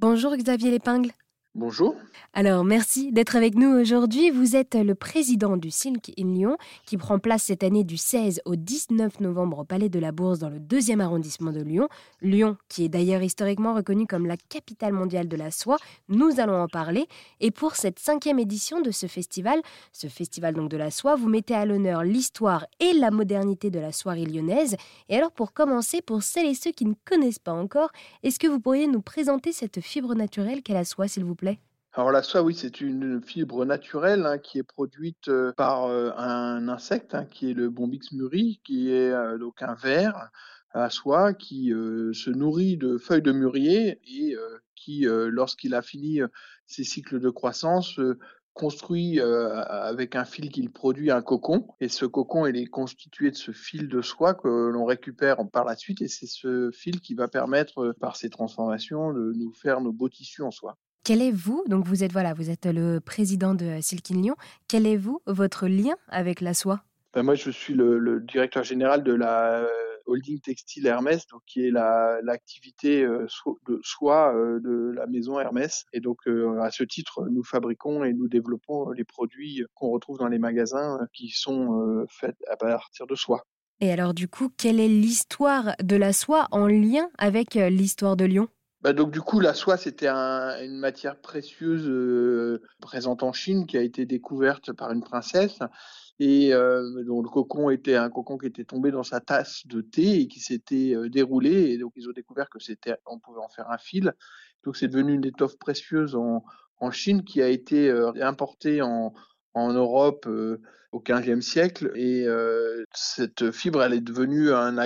Bonjour Xavier Lépingle. Bonjour. Alors merci d'être avec nous aujourd'hui. Vous êtes le président du Silk in Lyon qui prend place cette année du 16 au 19 novembre au Palais de la Bourse dans le 2e arrondissement de Lyon. Lyon qui est d'ailleurs historiquement reconnue comme la capitale mondiale de la soie. Nous allons en parler. Et pour cette 5e édition de ce festival donc de la soie, vous mettez à l'honneur l'histoire et la modernité de la soierie lyonnaise. Et alors pour commencer, pour celles et ceux qui ne connaissent pas encore, est-ce que vous pourriez nous présenter cette fibre naturelle qu'est la soie, s'il vous plaît ? Alors la soie, oui, c'est une fibre naturelle qui est produite par un insecte qui est le Bombyx mûri, qui est donc un ver à soie qui se nourrit de feuilles de mûrier et qui, lorsqu'il a fini ses cycles de croissance, construit avec un fil qu'il produit un cocon. Et ce cocon, il est constitué de ce fil de soie que l'on récupère par la suite. Et c'est ce fil qui va permettre, par ses transformations, de nous faire nos beaux tissus en soie. Quel est donc vous êtes le président de Silk in Lyon. Quel est votre lien avec la soie ? Moi, je suis le directeur général de la holding textile Hermès, donc qui est l'activité de soie de la maison Hermès. Et donc, à ce titre, nous fabriquons et nous développons les produits qu'on retrouve dans les magasins qui sont faits à partir de soie. Et alors du coup, quelle est l'histoire de la soie en lien avec l'histoire de Lyon ? Donc du coup, la soie, c'était une matière précieuse présente en Chine qui a été découverte par une princesse et dont le cocon était un cocon qui était tombé dans sa tasse de thé et qui s'était déroulé. Et donc ils ont découvert que on pouvait en faire un fil. Donc c'est devenu une étoffe précieuse en Chine qui a été importée en Europe au XVe siècle. Et cette fibre, elle est devenue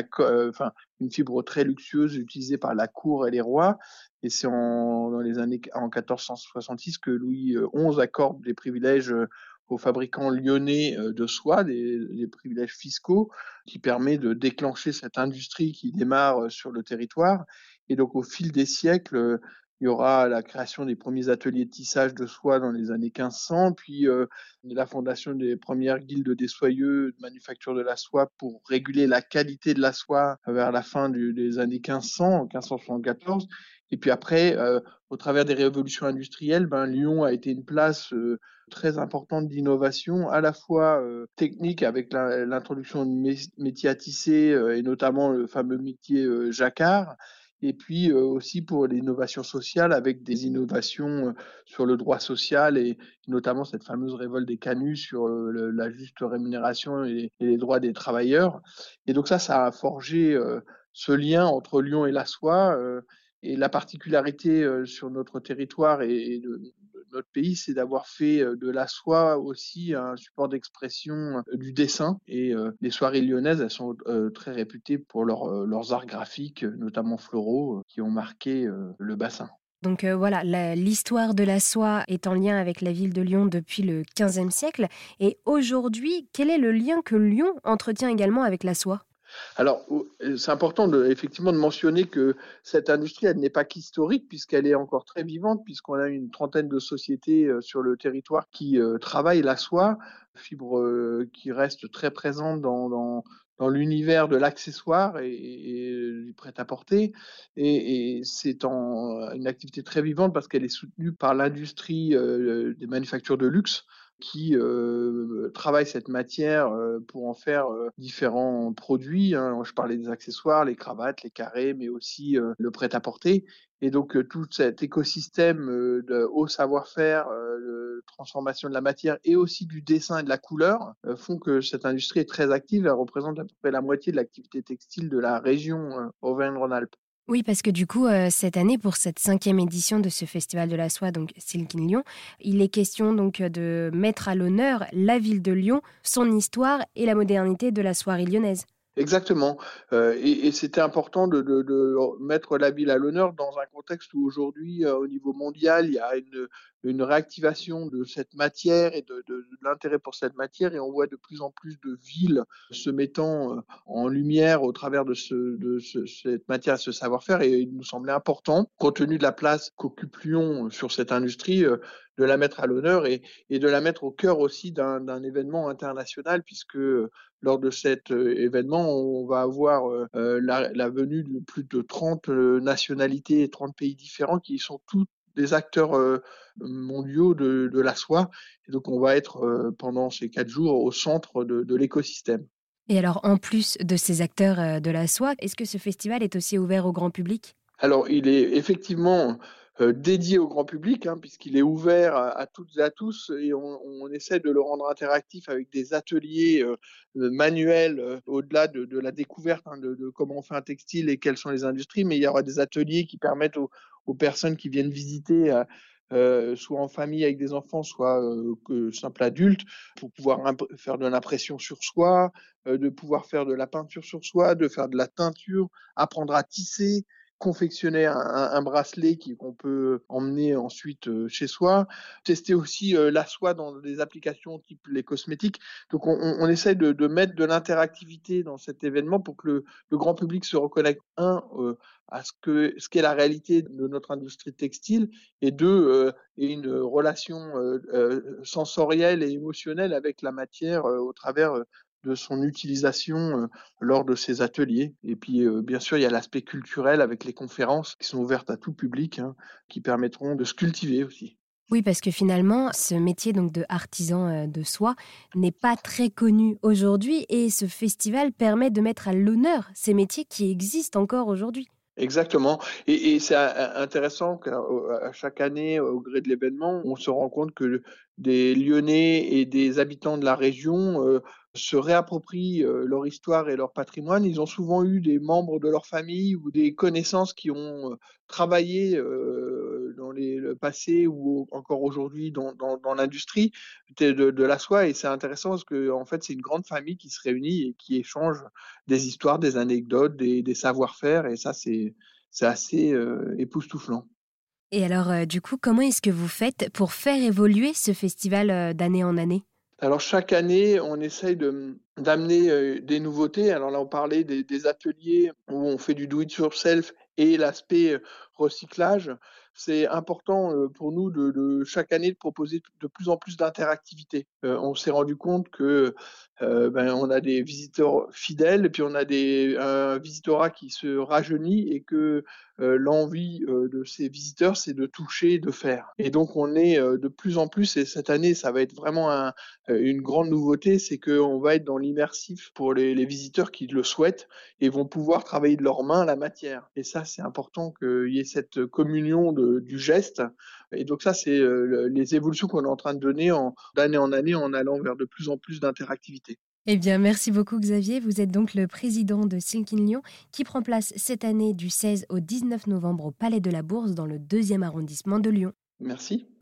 une fibre très luxueuse utilisée par la cour et les rois. Et c'est dans les années en 1466 que Louis XI accorde des privilèges aux fabricants lyonnais de soie, des privilèges fiscaux, qui permet de déclencher cette industrie qui démarre sur le territoire. Et donc au fil des siècles, il y aura la création des premiers ateliers de tissage de soie dans les années 1500, puis la fondation des premières guildes des soyeux de manufacture de la soie pour réguler la qualité de la soie vers la fin des années 1500, 1574. Et puis après, au travers des révolutions industrielles, Lyon a été une place très importante d'innovation, à la fois technique avec l'introduction de métiers à tisser et notamment le fameux métier jacquard, et puis aussi pour l'innovation sociale avec des innovations sur le droit social et notamment cette fameuse révolte des canuts sur la juste rémunération et les droits des travailleurs. Et donc ça a forgé ce lien entre Lyon et la soie. Et la particularité sur notre territoire et de notre pays, c'est d'avoir fait de la soie aussi un support d'expression du dessin. Et les soieries lyonnaises, elles sont très réputées pour leurs arts graphiques, notamment floraux, qui ont marqué le bassin. Donc l'histoire de la soie est en lien avec la ville de Lyon depuis le XVe siècle. Et aujourd'hui, quel est le lien que Lyon entretient également avec la soie ? Alors, c'est important effectivement de mentionner que cette industrie, elle n'est pas qu'historique puisqu'elle est encore très vivante, puisqu'on a une trentaine de sociétés sur le territoire qui travaillent la soie, fibre qui reste très présente dans l'univers de l'accessoire et du prêt-à-porter. Et c'est une activité très vivante parce qu'elle est soutenue par l'industrie des manufactures de luxe qui travaillent cette matière pour en faire différents produits. Je parlais des accessoires, les cravates, les carrés, mais aussi le prêt-à-porter. Et donc tout cet écosystème de haut savoir-faire, de transformation de la matière et aussi du dessin et de la couleur font que cette industrie est très active. Elle représente à peu près la moitié de l'activité textile de la région Auvergne-Rhône-Alpes. Oui, parce que du coup, cette année, pour cette 5e édition de ce Festival de la soie, donc Silk in Lyon, il est question donc de mettre à l'honneur la ville de Lyon, son histoire et la modernité de la soierie lyonnaise. Exactement. Et c'était important de mettre la ville à l'honneur dans un contexte où aujourd'hui, au niveau mondial, il y a une réactivation de cette matière et de l'intérêt pour cette matière. Et on voit de plus en plus de villes se mettant en lumière au travers de cette matière, ce savoir-faire. Et il nous semblait important, compte tenu de la place qu'occupe Lyon sur cette industrie, de la mettre à l'honneur et de la mettre au cœur aussi d'un événement international, puisque lors de cet événement, on va avoir la venue de plus de 30 nationalités et 30 pays différents qui sont tous des acteurs mondiaux de la soie. Et donc, on va être pendant ces 4 jours au centre de l'écosystème. Et alors, en plus de ces acteurs de la soie, est-ce que ce festival est aussi ouvert au grand public ? Alors, il est effectivement dédié au grand public, hein, puisqu'il est ouvert à toutes et à tous, et on essaie de le rendre interactif avec des ateliers manuels, au-delà de la découverte, hein, de comment on fait un textile et quelles sont les industries, mais il y aura des ateliers qui permettent aux personnes qui viennent visiter, soit en famille avec des enfants, soit que simples adultes, pour pouvoir faire de l'impression sur soie, de pouvoir faire de la peinture sur soie, de faire de la teinture, apprendre à tisser, confectionner un bracelet qu'on peut emmener ensuite chez soi, tester aussi la soie dans des applications type les cosmétiques. Donc on essaye de mettre de l'interactivité dans cet événement pour que le grand public se reconnecte, à ce qu'est la réalité de notre industrie textile, et deux, ait une relation sensorielle et émotionnelle avec la matière au travers de son utilisation lors de ces ateliers. Et puis, bien sûr, il y a l'aspect culturel avec les conférences qui sont ouvertes à tout public, hein, qui permettront de se cultiver aussi. Oui, parce que finalement, ce métier donc de artisan de soie n'est pas très connu aujourd'hui et ce festival permet de mettre à l'honneur ces métiers qui existent encore aujourd'hui. Exactement. Et c'est intéressant qu'à chaque année, au gré de l'événement, on se rend compte que des Lyonnais et des habitants de la région se réapproprient leur histoire et leur patrimoine. Ils ont souvent eu des membres de leur famille ou des connaissances qui ont travaillé dans le passé ou encore aujourd'hui dans l'industrie de la soie. Et c'est intéressant parce que en fait, c'est une grande famille qui se réunit et qui échange des histoires, des anecdotes, des savoir-faire. Et ça, c'est assez époustouflant. Et alors, du coup, comment est-ce que vous faites pour faire évoluer ce festival d'année en année ? Alors chaque année, on essaye d'amener des nouveautés. Alors là, on parlait des ateliers où on fait du do it yourself et l'aspect recyclage. C'est important pour nous de chaque année de proposer de plus en plus d'interactivité. On s'est rendu compte que on a des visiteurs fidèles et puis on a un visitorat qui se rajeunit, et que l'envie de ces visiteurs, c'est de toucher, de faire. Et donc on est de plus en plus, et cette année, ça va être vraiment une grande nouveauté, c'est qu'on va être dans l'immersif pour les visiteurs qui le souhaitent et vont pouvoir travailler de leurs mains la matière. Et ça, c'est important qu'il y ait cette communion du geste. Et donc ça, c'est les évolutions qu'on est en train de donner d'année en année en allant vers de plus en plus d'interactivité. Eh bien, merci beaucoup Xavier. Vous êtes donc le président de Silk in Lyon qui prend place cette année du 16 au 19 novembre au Palais de la Bourse dans le 2e arrondissement de Lyon. Merci.